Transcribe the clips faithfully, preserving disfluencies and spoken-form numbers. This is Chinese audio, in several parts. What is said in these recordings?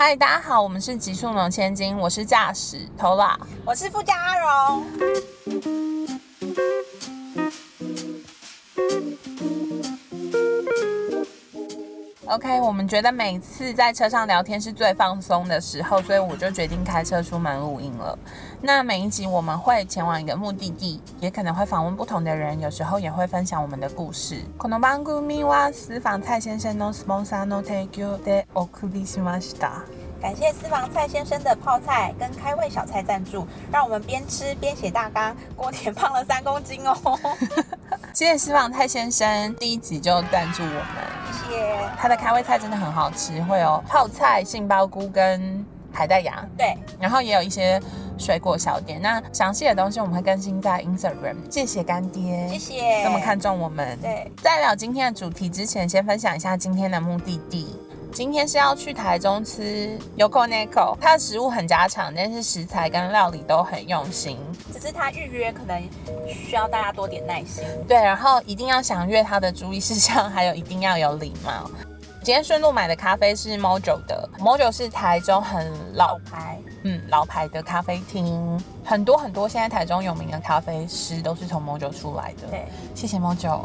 嗨，大家好，我们是极速农千金，我是驾驶头啦， 我是副驾阿荣。 OK， 我们觉得每次在车上聊天是最放松的时候，所以我就决定开车出门录音了。那每一集我们会前往一个目的地，也可能会访问不同的人，有时候也会分享我们的故事。この番組は私房菜先生のスポンサーの提供でお送りしました。 感谢私房菜先生的泡菜跟开胃小菜赞助，让我们边吃边写大纲，锅贴胖了三公斤哦。 谢谢私房菜先生，第一集就赞助我们， 谢谢。 他的开胃菜真的很好吃，会有泡菜、杏鲍菇跟海带芽， 对， 然后也有一些水果小点。那详细的东西我们会更新在 Instagram。谢谢干爹， 谢谢， 这么看重我们。 对， 在聊今天的主题之前，先分享一下今天的目的地。今天是要去台中吃 Yokoneko， 它的食物很家常，但是食材跟料理都很用心。 只是它预约可能需要大家多点耐心。 对，然后一定要详阅它的注意事项，还有一定要有礼貌。今天顺路买的咖啡是 Mojo 的 ，Mojo 是台中很老牌， 嗯，老牌的咖啡厅，很多很多现在台中有名的咖啡师都是从 Mojo 出来的。 对， 谢谢 Mojo。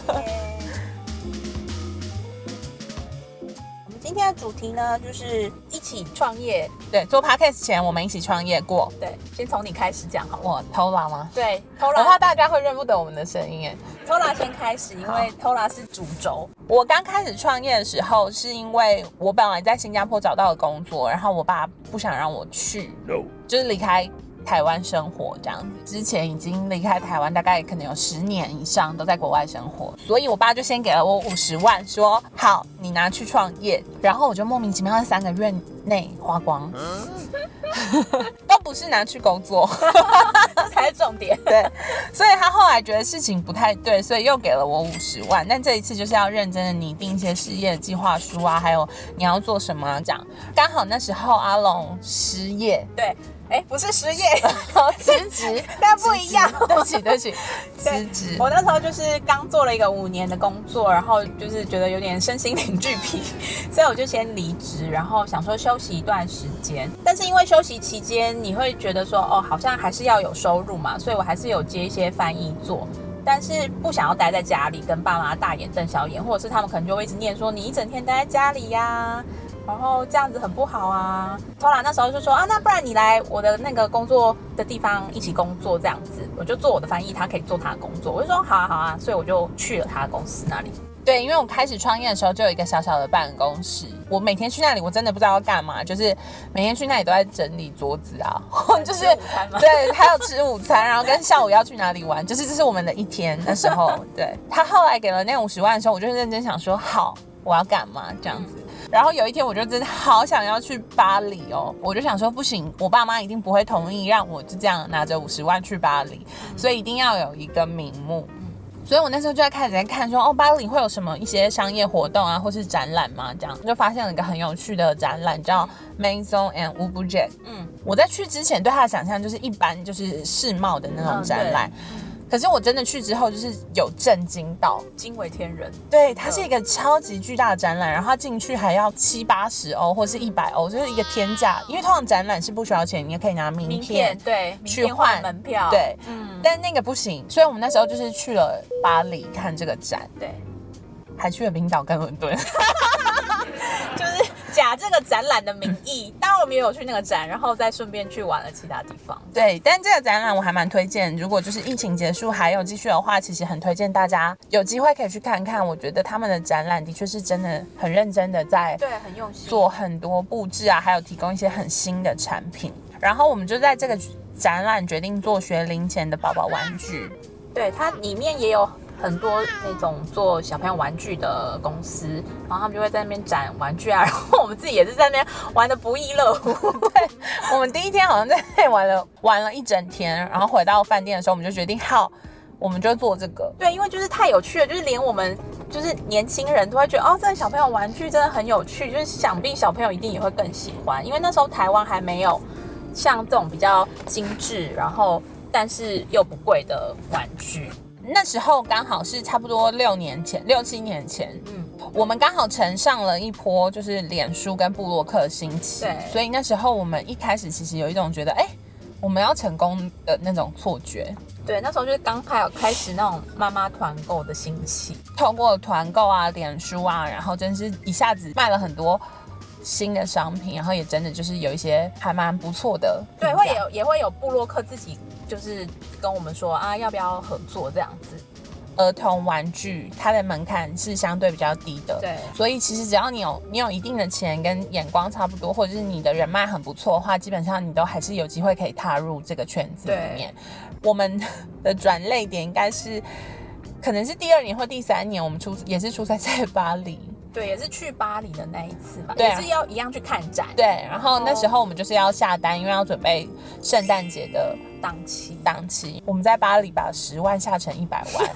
今天的主题呢，就是一起创业。 对，做 podcast 前我们一起创业过。 对，先从你开始讲好了。 我 Tola 吗？ 对 ，Tola 的话大家会认不得我们的声音耶。 Tola 先开始，因为 Tola 是主轴。 我刚开始创业的时候，是因为我本来在新加坡找到了工作，然后我爸不想让我去， no. 就是离开台湾生活这样子。之前已经离开台湾大概可能有十年以上都在国外生活，所以我爸就先给了我五十万，说好你拿去创业。然后我就莫名其妙在三个月内花光，都不是拿去工作， 这才是重点。 对，所以他后来觉得事情不太对，所以又给了我五十万。但这一次就是要认真的拟定一些事业计划书啊，还有你要做什么啊，这样。刚好那时候阿龙失业， 对。哎，不是失业， 辞职， 但不一样。 对不起，对不起，辞职。 我那时候就是刚做了一个五年的工作，然后就是觉得有点身心灵俱疲，所以我就先离职，然后想说休息一段时间。但是因为休息期间，你会觉得说，哦，好像还是要有收入嘛，所以我还是有接一些翻译做。但是不想要待在家里跟爸妈大眼瞪小眼，或者是他们可能就会一直念说你一整天待在家里呀、啊。然后这样子很不好啊。Tola那时候就说啊，那不然你来我的那个工作的地方一起工作这样子，我就做我的翻译，他可以做他的工作。我就说好啊好啊，所以我就去了他的公司那里。 对，因为我开始创业的时候就有一个小小的办公室，我每天去那里我真的不知道要干嘛，就是每天去那里都在整理桌子啊，就是对，还有吃午餐，然后跟下午要去哪里玩，就是这是我们的一天。那时候对他后来给了那五十万的时候，我就认真想说好，我要干嘛这样子。然后有一天我就真的好想要去巴黎哦，我就想说不行，我爸妈一定不会同意让我就这样拿着五十万去巴黎，所以一定要有一个名目。所以我那时候就在开始在看说，哦，巴黎会有什么一些商业活动啊，或是展览吗？这样就发现了一个很有趣的展览，叫 Maison and Objet。嗯，我在去之前对它的想象就是一般就是世贸的那种展览。嗯，可是我真的去之后，就是有震惊到， 惊为天人。 对，它是一个超级巨大的展览，然后它进去还要七八十欧或是一百欧，就是一个天价。因为通常展览是不需要钱，你也可以拿名片， 名片对去换门票， 对，嗯，但那个不行。所以我们那时候就是去了巴黎看这个展， 对， 还去了冰岛跟伦敦， 就是假这个展览的名义。当然我们也有去那个展，然后再顺便去玩了其他地方。 对，但这个展览我还蛮推荐，如果就是疫情结束还有继续的话，其实很推荐大家有机会可以去看看。我觉得他们的展览的确是真的很认真的在对很用心做很多布置啊，还有提供一些很新的产品。然后我们就在这个展览决定做学龄前的宝宝玩具。 对，它里面也有很多那种做小朋友玩具的公司，然后他们就会在那边展玩具啊，然后我们自己也是在那边玩得不亦乐乎。 对，我们第一天好像在那里玩了玩了一整天，然后回到饭店的时候，我们就决定好，我们就做这个。 对，因为就是太有趣了，就是连我们就是年轻人都会觉得哦，这个小朋友玩具真的很有趣，就是想必小朋友一定也会更喜欢，因为那时候台湾还没有像这种比较精致，然后但是又不贵的玩具。 那时候刚好是差不多六年前，六七年前，嗯， 我们刚好乘上了一波就是脸书跟部落客兴起，所以那时候我们一开始其实有一种觉得，哎、欸，我们要成功的那种错觉。 对，那时候就是刚开开始那种妈妈团购的兴起， 透过团购啊、脸书啊，然后真是一下子卖了很多新的商品，然后也真的就是有一些还蛮不错的。 对，会有也会有部落客自己就是跟我们说啊，要不要合作这样子。 儿童玩具它的门槛是相对比较低的， 对， 所以其实只要你有你有一定的钱跟眼光差不多，或者是你的人脉很不错的话，基本上你都还是有机会可以踏入这个圈子里面。我们的转捩点应该是可能是第二年或第三年，我们出也是出差在巴黎。 对，也是去巴黎的那一次嘛， 对、啊， 也是要一样去看展。 对，然后那时候我们就是要下单，因为要准备圣诞节的档期。 档期，我们在巴黎把十万下成一百万。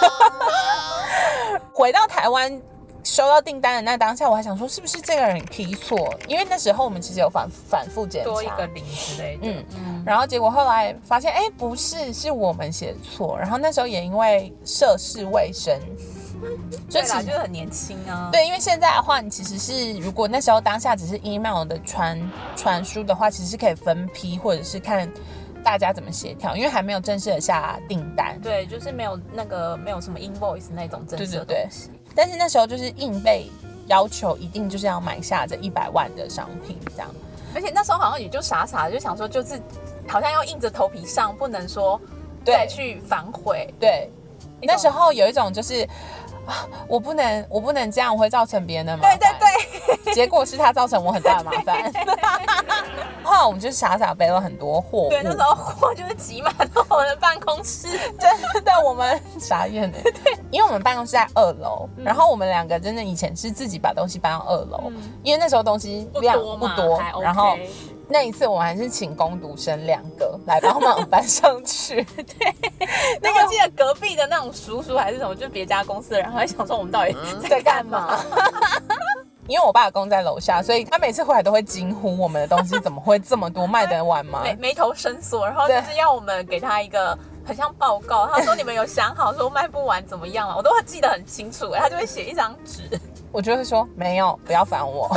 回到台湾收到订单的那当下，我还想说是不是这个人批错，因为那时候我们其实有反反复检查， 多一个零之类的。嗯嗯，然后结果后来发现，哎，不是，是我们写错。然后那时候也因为涉世未深。 对啦，就是很年轻啊。 对，因为现在的话，你其实是如果那时候当下只是 email 的传传输的话，其实是可以分批，或者是看大家怎么协调，因为还没有正式的下订单。 对，就是没有那个没有什么 invoice 那种正式的东西。 对对对。但是那时候就是硬被要求一定就是要买下这一百万的商品这样。 而且那时候好像也就傻傻的就想说，就是好像要硬着头皮上，不能说再去反悔。 对，那时候有一种就是。啊、我不能，我不能这样，我会造成别人的麻烦。 对对对， 结果是他造成我很大的麻烦。后来我们就傻傻背了很多货物。 对，那时候货就是挤满了我的办公室， 真的我们傻眼了。对，因为我们办公室在二楼、嗯，然后我们两个真的以前是自己把东西搬到二楼、嗯，因为那时候东西量不多， 不多然后。那一次我还是请工读生两个来帮忙搬上去。 对，那个我记得隔壁的那种叔叔还是什么，就别家公司的人，还想说我们到底在干嘛？ 因为我爸的工在楼下，所以他每次回来都会惊呼我们的东西怎么会这么多，卖得完吗？ 眉眉头深锁，然后就是要我们给他一个很像报告。他说你们有想好说卖不完怎么样吗？我都会记得很清楚，他就会写一张纸。 我就会说没有，不要烦我。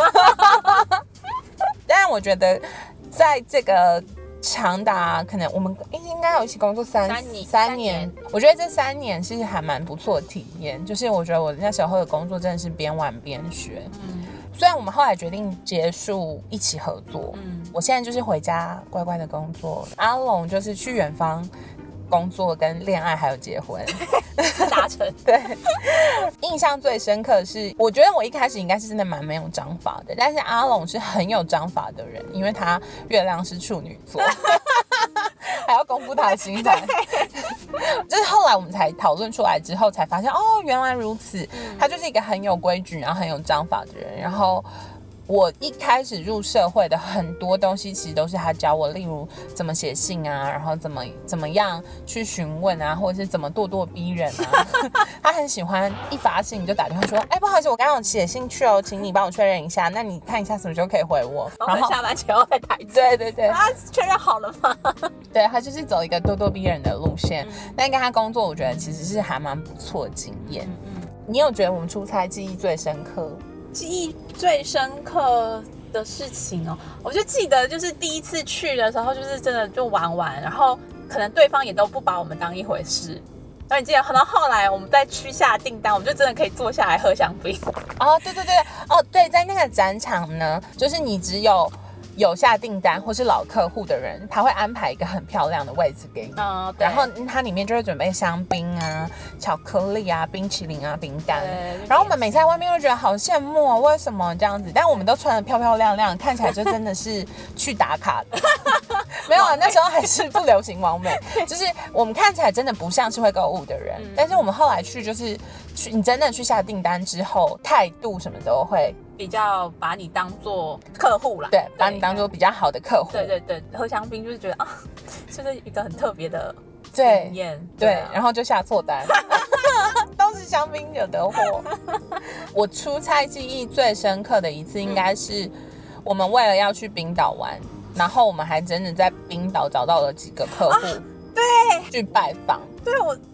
但我觉得，在这个长达可能我们应该有一起工作三三年， 三年，我觉得这三年是还蛮不错的体验。就是我觉得我那时候的工作真的是边玩边学。嗯，虽然我们后来决定结束一起合作，嗯，我现在就是回家乖乖的工作，阿龙就是去远方工作跟恋爱还有结婚达成。 对，印象最深刻的是，我觉得我一开始应该是真的蛮没有章法的，但是阿龙是很有章法的人，因为他月亮是处女座。还要公布他的星盘。就是后来我们才讨论出来之后才发现，哦，原来如此，他就是一个很有规矩然后很有章法的人。然后我一开始入社会的很多东西其实都是他教我，例如怎么写信啊，然后怎么怎么样去询问啊，或者是怎么咄咄逼人啊。他很喜欢一发信就打电话说，哎，不好意思，我刚刚有写信去哦，请你帮我确认一下，那你看一下什么时候可以回我， 然后下班前后再打一次。 对对对， 他确认好了吗？ 对，他就是走一个咄咄逼人的路线，嗯、但跟他工作我觉得其实是还蛮不错的经验。嗯嗯，你有觉得我们出差记忆最深刻？ 记忆最深刻的事情哦，我就记得就是第一次去的时候，就是真的就玩玩，然后可能对方也都不把我们当一回事。然后你记得，可能后来我们再去下订单，我们就真的可以坐下来喝香槟。 哦，对对对，哦对，在那个展场呢，就是你只有有下订单或是老客户的人，他会安排一个很漂亮的位置给你，哦、然后它里面就会准备香槟啊、巧克力啊、冰淇淋啊、饼干。然后我们每次在外面都觉得好羡慕哦，为什么这样子？但我们都穿得漂漂亮亮，看起来就真的是去打卡的。没有啊，那时候还是不流行网美，就是我们看起来真的不像是会购物的人。嗯、但是我们后来去，就是去你真的去下订单之后，态度什么都会。 比较把你当做客户啦， 对，把你当做比较好的客户。 对对对，喝香槟就是觉得啊，就是一个很特别的经验。 对，对啊、然后就下错单，都是香槟惹的祸。我出差记忆最深刻的一次，应该是我们为了要去冰岛玩，然后我们还真的在冰岛找到了几个客户，啊、 对， 去拜访。 对我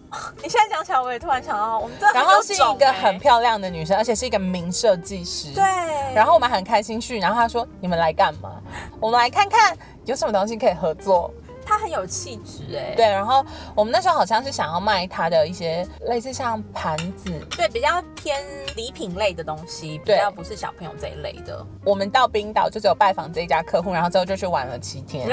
你现在讲起来，我也突然想到，我们真的很然后是有种一个很欸漂亮的女生，而且是一个名设计师。 对， 然后我们很开心去，然后他说：“你们来干嘛？我们来看看有什么东西可以合作。” 他很有气质哎。 对，然后我们那时候好像是想要卖他的一些类似像盘子， 对，比较偏礼品类的东西，比对较不是小朋友这一类的。 我们到冰岛就只有拜访这一家客户，然后之后就去玩了七天，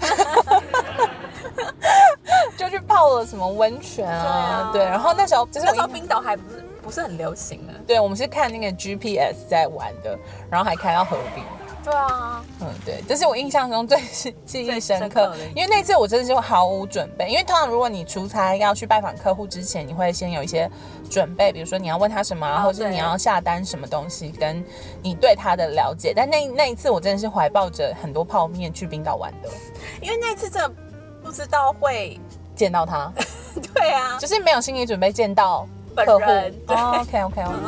就去泡了什么温泉啊，对,、啊、对，然后那时候就是那时候冰岛还不是不是很流行的， 对，我们是看那个 G P S 在玩的，然后还开到河边。 对啊， 嗯，对，这是我印象中最记忆深刻，因为那次我真的是毫无准备，因为通常如果你出差要去拜访客户之前，你会先有一些准备，比如说你要问他什么、啊， 哦、 或是你要下单什么东西，跟你对他的了解。但那那一次我真的是怀抱着很多泡面去冰岛玩的， 因为那一次真的不知道会见到他， 对啊， 就是没有心理准备见到客户。哦 OK OK OK。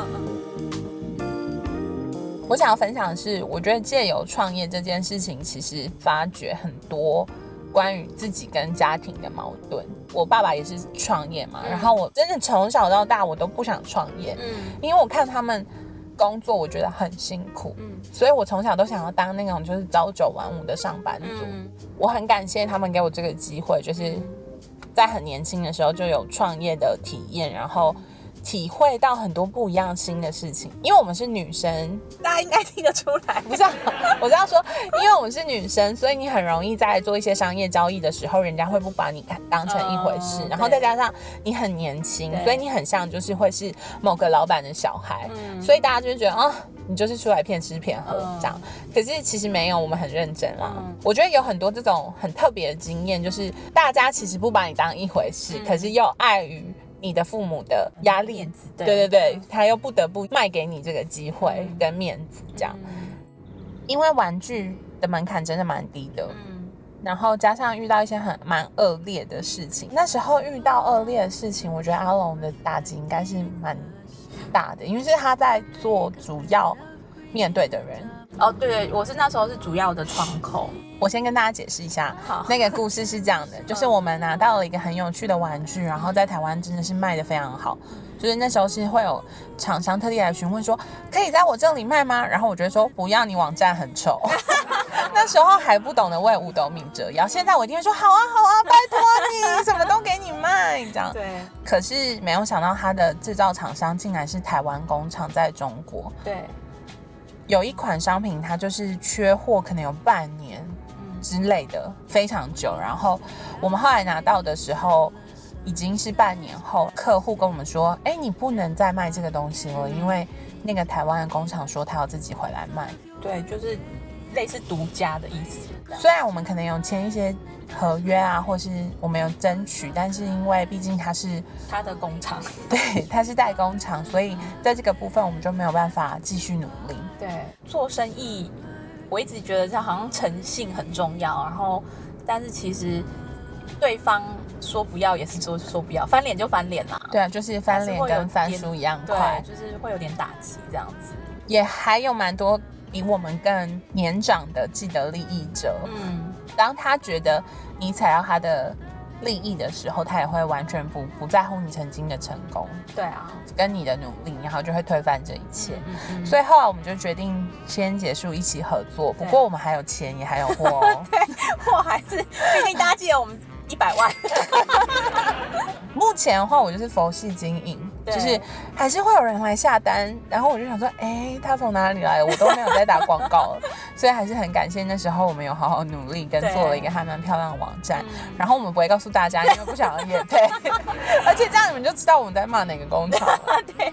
我想要分享的是，我觉得借由创业这件事情，其实发掘很多关于自己跟家庭的矛盾。我爸爸也是创业嘛，嗯、然后我真的从小到大我都不想创业，嗯，因为我看他们工作，我觉得很辛苦，嗯，所以我从小都想要当那种就是朝九晚五的上班族。嗯、我很感谢他们给我这个机会，就是在很年轻的时候就有创业的体验，然后体会到很多不一样新的事情，因为我们是女生， 大家应该听得出来。 不是、啊，我是要说，因为我们是女生，所以你很容易在做一些商业交易的时候，人家会不把你当成一回事，嗯、然后再加上你很年轻，所以你很像就是会是某个老板的小孩，嗯、所以大家就会觉得啊、哦，你就是出来骗吃骗喝这样。嗯、可是其实没有，我们很认真啦。嗯、我觉得有很多这种很特别的经验，就是大家其实不把你当一回事，嗯、可是又碍于你的父母的压力，对对对，他又不得不卖给你这个机会跟面子这样，嗯、因为玩具的门槛真的蛮低的，嗯、然后加上遇到一些很蛮恶劣的事情，那时候遇到恶劣的事情，我觉得阿龙的打击应该是蛮大的，因为是他在做主要面对的人。 哦，对，我是那时候是主要的窗口。 我先跟大家解释一下，那个故事是这样的，就是我们拿到了一个很有趣的玩具，然后在台湾真的是卖得非常好，就是那时候是会有厂商特地来询问说，可以在我这里卖吗？然后我觉得说不要，你网站很丑。那时候还不懂得为五斗米折腰，现在我一定会说好啊好啊，拜托你，什么都给你卖这样。 对。 可是没有想到他的制造厂商竟然是台湾工厂在中国。 对。 有一款商品它就是缺货，可能有半年之类的，非常久。然后我们后来拿到的时候，已经是半年后，客户跟我们说：“哎，你不能再卖这个东西了，因为那个台湾的工厂说他要自己回来卖。” 对，就是类似独家的意思。 虽然我们可能有签一些合约啊，或是我们有争取，但是因为毕竟它是他的工厂， 对，它是代工厂，所以在这个部分我们就没有办法继续努力。 对，做生意，我一直觉得这好像诚信很重要，然后但是其实对方说不要也是说说不要，翻脸就翻脸啦。 对啊，就是翻脸跟翻书一样快， 对，就是会有点打击这样子。 也还有蛮多比我们更年长的既得利益者，嗯，当他觉得你踩到他的利益的时候，他也会完全不不在乎你曾经的成功， 对啊， 跟你的努力，然后就会推翻这一切。嗯嗯嗯，所以后来我们就决定先结束一起合作，不过我们还有钱，也还有货哦。 对，货还是，毕竟大家记得我们一百万。 目前的话，我就是佛系经营，就是还是会有人来下单，然后我就想说，哎，他从哪里来的？我都没有在打广告了，所以还是很感谢那时候我们有好好努力，跟做了一个还蛮漂亮的网站。然后我们不会告诉大家，因为不想要业配，而且这样你们就知道我们在骂哪个工厂了。对。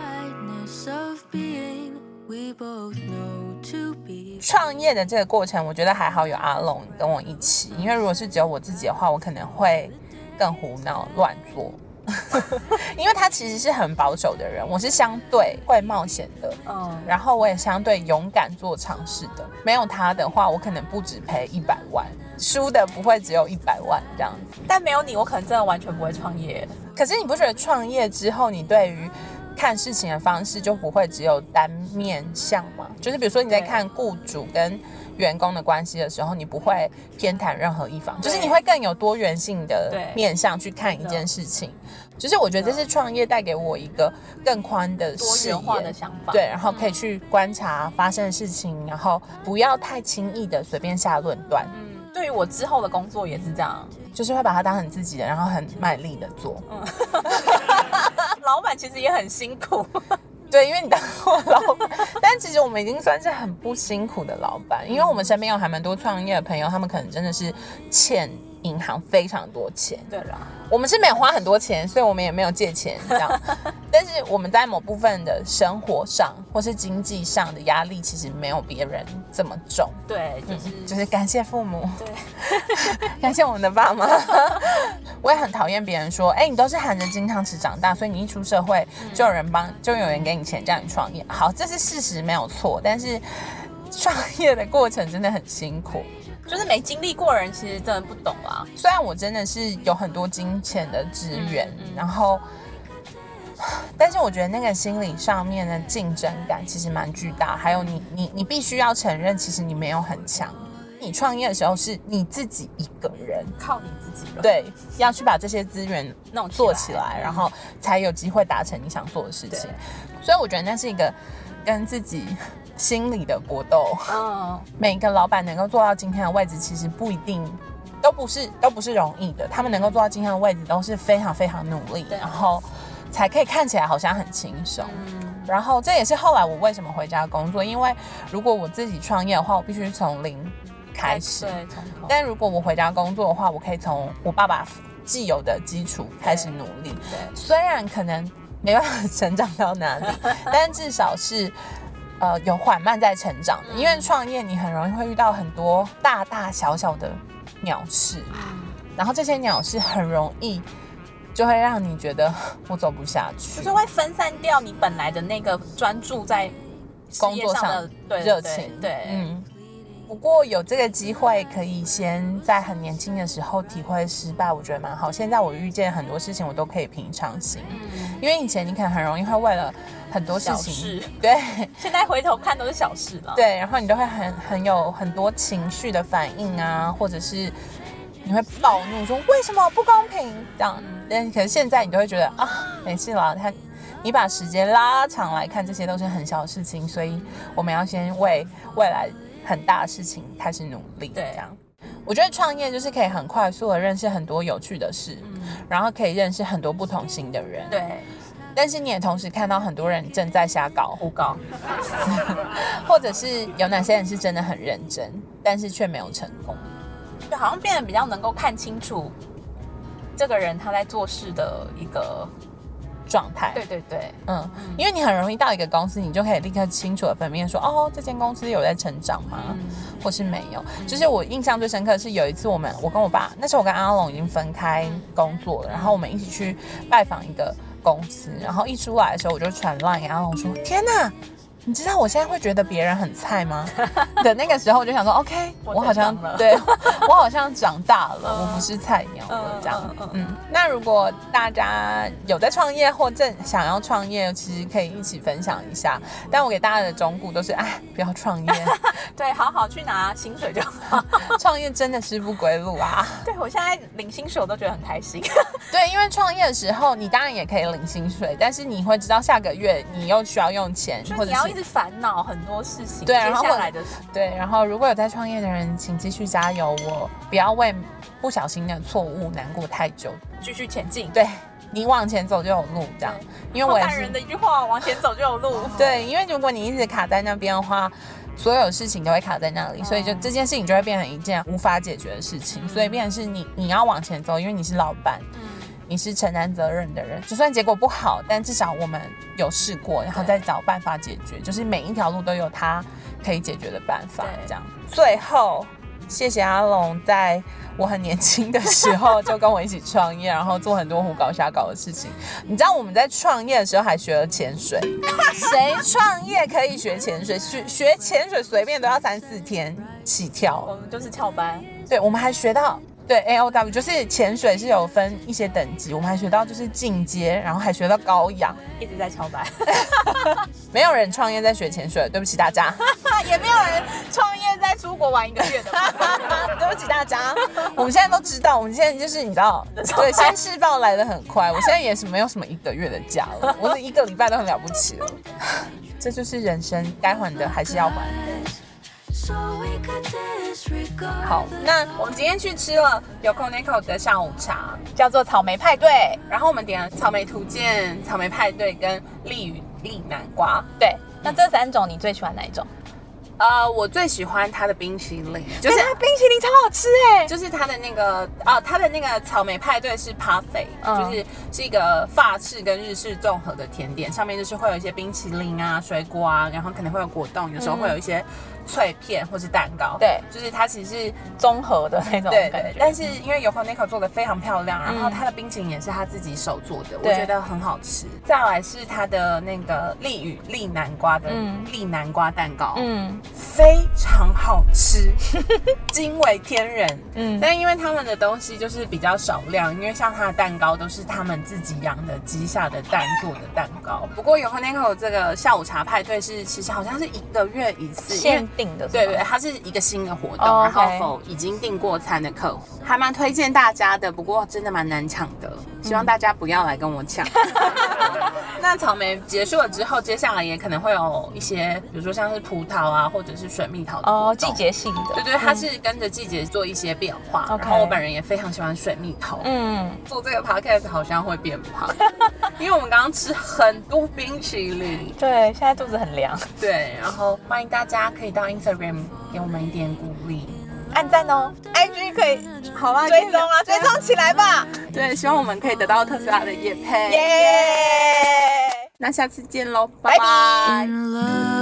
创业的这个过程，我觉得还好有阿龙跟我一起，因为如果是只有我自己的话，我可能会更胡闹乱做。因为他其实是很保守的人，我是相对会冒险的，嗯，然后我也相对勇敢做尝试的。没有他的话，我可能不止赔一百万，输的不会只有一百万这样子。 但没有你，我可能真的完全不会创业。 可是你不觉得创业之后，你对于看事情的方式就不会只有单面向吗？就是比如说你在看雇主跟员工的关系的时候，你不会偏袒任何一方，就是你会更有多元性的面向去看一件事情。 就是我觉得这是创业带给我一个更宽的视野、 多元化的想法， 对，然后可以去观察发生的事情，嗯、然后不要太轻易的随便下论断。 嗯，对于我之后的工作也是这样， 就是会把它当成自己的，然后很卖力的做。嗯， 老板其实也很辛苦。 对，因为你当过老板，但其实我们已经算是很不辛苦的老板，因为我们身边有还蛮多创业的朋友，他们可能真的是欠银行非常多钱。 对啦， 我们是没有花很多钱，所以我们也没有借钱这样。但是我们在某部分的生活上或是经济上的压力，其实没有别人这么重。 对，就是、 嗯、就是感谢父母， 对， 感谢我们的爸妈。我也很讨厌别人说，哎、欸，你都是含着金汤匙长大，所以你一出社会就有人帮，就有人给你钱叫你创业。好，这是事实没有错，但是创业的过程真的很辛苦。 就是没经历过的人其实真的不懂啦。 虽然我真的是有很多金钱的资源、嗯嗯、然后但是我觉得那个心理上面的竞争感其实蛮巨大，还有你你你必须要承认其实你没有很强。你创业的时候是你自己一个人， 靠你自己了， 对，要去把这些资源弄做起来，然后才有机会达成你想做的事情。所以我觉得那是一个跟自己心理的搏斗。嗯，每一个老板能够做到今天的位置，其实不一定都不是都不是容易的。他们能够做到今天的位置，都是非常非常努力，然后才可以看起来好像很轻松。嗯，然后这也是后来我为什么回家工作，因为如果我自己创业的话，我必须从零开始。 对，从头。 但如果我回家工作的话，我可以从我爸爸既有的基础开始努力。对，虽然可能没办法成长到哪里，但至少是呃有缓慢在成长的。因为创业你很容易会遇到很多大大小小的鸟事，然后这些鸟事很容易就会让你觉得我走不下去， 就是会分散掉你本来的那个专注在工作上的热情。 对， 对， 对， 嗯。不过有这个机会可以先在很年轻的时候体会失败，我觉得蛮好。现在我遇见很多事情我都可以平常心，嗯，因为以前你可能很容易会为了很多事情， 小事， 对， 现在回头看都是小事了， 对，然后你都会很很有很多情绪的反应啊，或者是你会暴怒说为什么不公平这样，但可是现在你都会觉得啊没事啦，他你把时间拉长来看，这些都是很小的事情，所以我们要先为未来很大的事情开始努力。对，这样我觉得创业就是可以很快速的认识很多有趣的事，嗯，然后可以认识很多不同型的人。 对， 但是你也同时看到很多人正在瞎搞胡搞或者是有哪些人是真的很认真但是却没有成功， 就好像变得比较能够看清楚这个人他在做事的一个状态。 对对对， 嗯，因为你很容易到一个公司，你就可以立刻清楚的分辨说，哦，这间公司有在成长吗？嗯，或是没有。嗯，就是我印象最深刻的是有一次我们，我跟我爸，那时候我跟阿龙已经分开工作了，然后我们一起去拜访一个公司，然后一出来的时候我就传 LINE 给阿龙说，天哪！你知道我现在会觉得别人很菜吗？的那个时候我就想说 OK 我, 我好像对我好像长大了，嗯，我不是菜鸟了这样。嗯, 嗯, 嗯，那如果大家有在创业或正想要创业，其实可以一起分享一下，但我给大家的忠告都是哎不要创业对，好好去拿薪水就好创业真的是不归路啊。 对，我现在领薪水我都觉得很开心对，因为创业的时候你当然也可以领薪水，但是你会知道下个月你又需要用钱，或者是是烦恼很多事情， 对，然后接下来的对，然后如果有在创业的人，请继续加油，我不要为不小心的错误难过太久， 继续前进。 对，你往前走就有路，这样。因为我也是人的一句话，往前走就有路。 对，因为如果你一直卡在那边的话，所有事情都会卡在那里，所以就这件事情就会变成一件无法解决的事情，嗯，所以变成是你你要往前走，因为你是老板。嗯，你是承担责任的人，就算结果不好，但至少我们有试过，然后再找办法解决，就是每一条路都有他可以解决的办法。这样，最后谢谢阿龙，在我很年轻的时候就跟我一起创业，然后做很多胡搞瞎搞的事情。你知道我们在创业的时候还学了潜水，谁创业可以学潜水？学学潜水随便都要三四天起跳。 我们就是翘班， 对，我们还学到。对 A O W 就是潜水是有分一些等级，我们还学到就是进阶，然后还学到高氧， 一直在翘班没有人创业在学潜水，对不起大家也没有人创业在出国玩一个月的吧。 对不起大家，我们现在都知道，我们现在就是你知道，对，先试报来的很快，我现在也是没有什么一个月的假了，我是一个礼拜都很了不起了。这就是人生，该还的还是要还。好，那我们今天去吃了 Yokoneko 的下午茶， 叫做草莓派对。 然后我们点了草莓图鉴、草莓派对跟丽宇丽南瓜。 对，那这三种你最喜欢哪一种？ 呃，我最喜欢它的冰淇淋，就是它冰淇淋超好吃哎， 就是它的那个啊，它的那个草莓派对是 parfait，、嗯、就是是一个法式跟日式综合的甜点，上面就是会有一些冰淇淋啊、水果啊，然后可能会有果冻，有时候会有一些脆片或是蛋糕， 对， 就是它其实是综合的那种感觉。 对对，但是因为 Yokoneko 做的非常漂亮，然后它的冰淇淋也是他自己手做的，我觉得很好吃。再来是它的那个丽宇丽南瓜的丽南瓜蛋糕，嗯，非常好吃，惊为天人。嗯，但因为他们的东西就是比较少量，因为像它的蛋糕都是他们自己养的鸡下的蛋做的蛋糕。不过 Yokoneko 这个下午茶派对是其实好像是一个月一次， 限定的， 对对，它是一个新的活动， oh, okay. 然后否已经订过餐的客户，还蛮推荐大家的。不过真的蛮难抢的，希望大家不要来跟我抢。那草莓结束了之后，接下来也可能会有一些，比如说像是葡萄啊，或者是水蜜桃的哦，季节性的， 对对，它是跟着季节做一些变化。嗯、然后我本人也非常喜欢水蜜桃，嗯，做这个 podcast 好像会变胖，因为我们刚刚吃很多冰淇淋， 对，现在肚子很凉， 对，然后欢迎大家可以到 Instagram 给我们一点鼓励。 按赞哦 ，I G 可以好啦，追踪啊，追踪起来吧。 对，希望我们可以得到特斯拉的业配。 耶！ 那下次见喽，拜拜。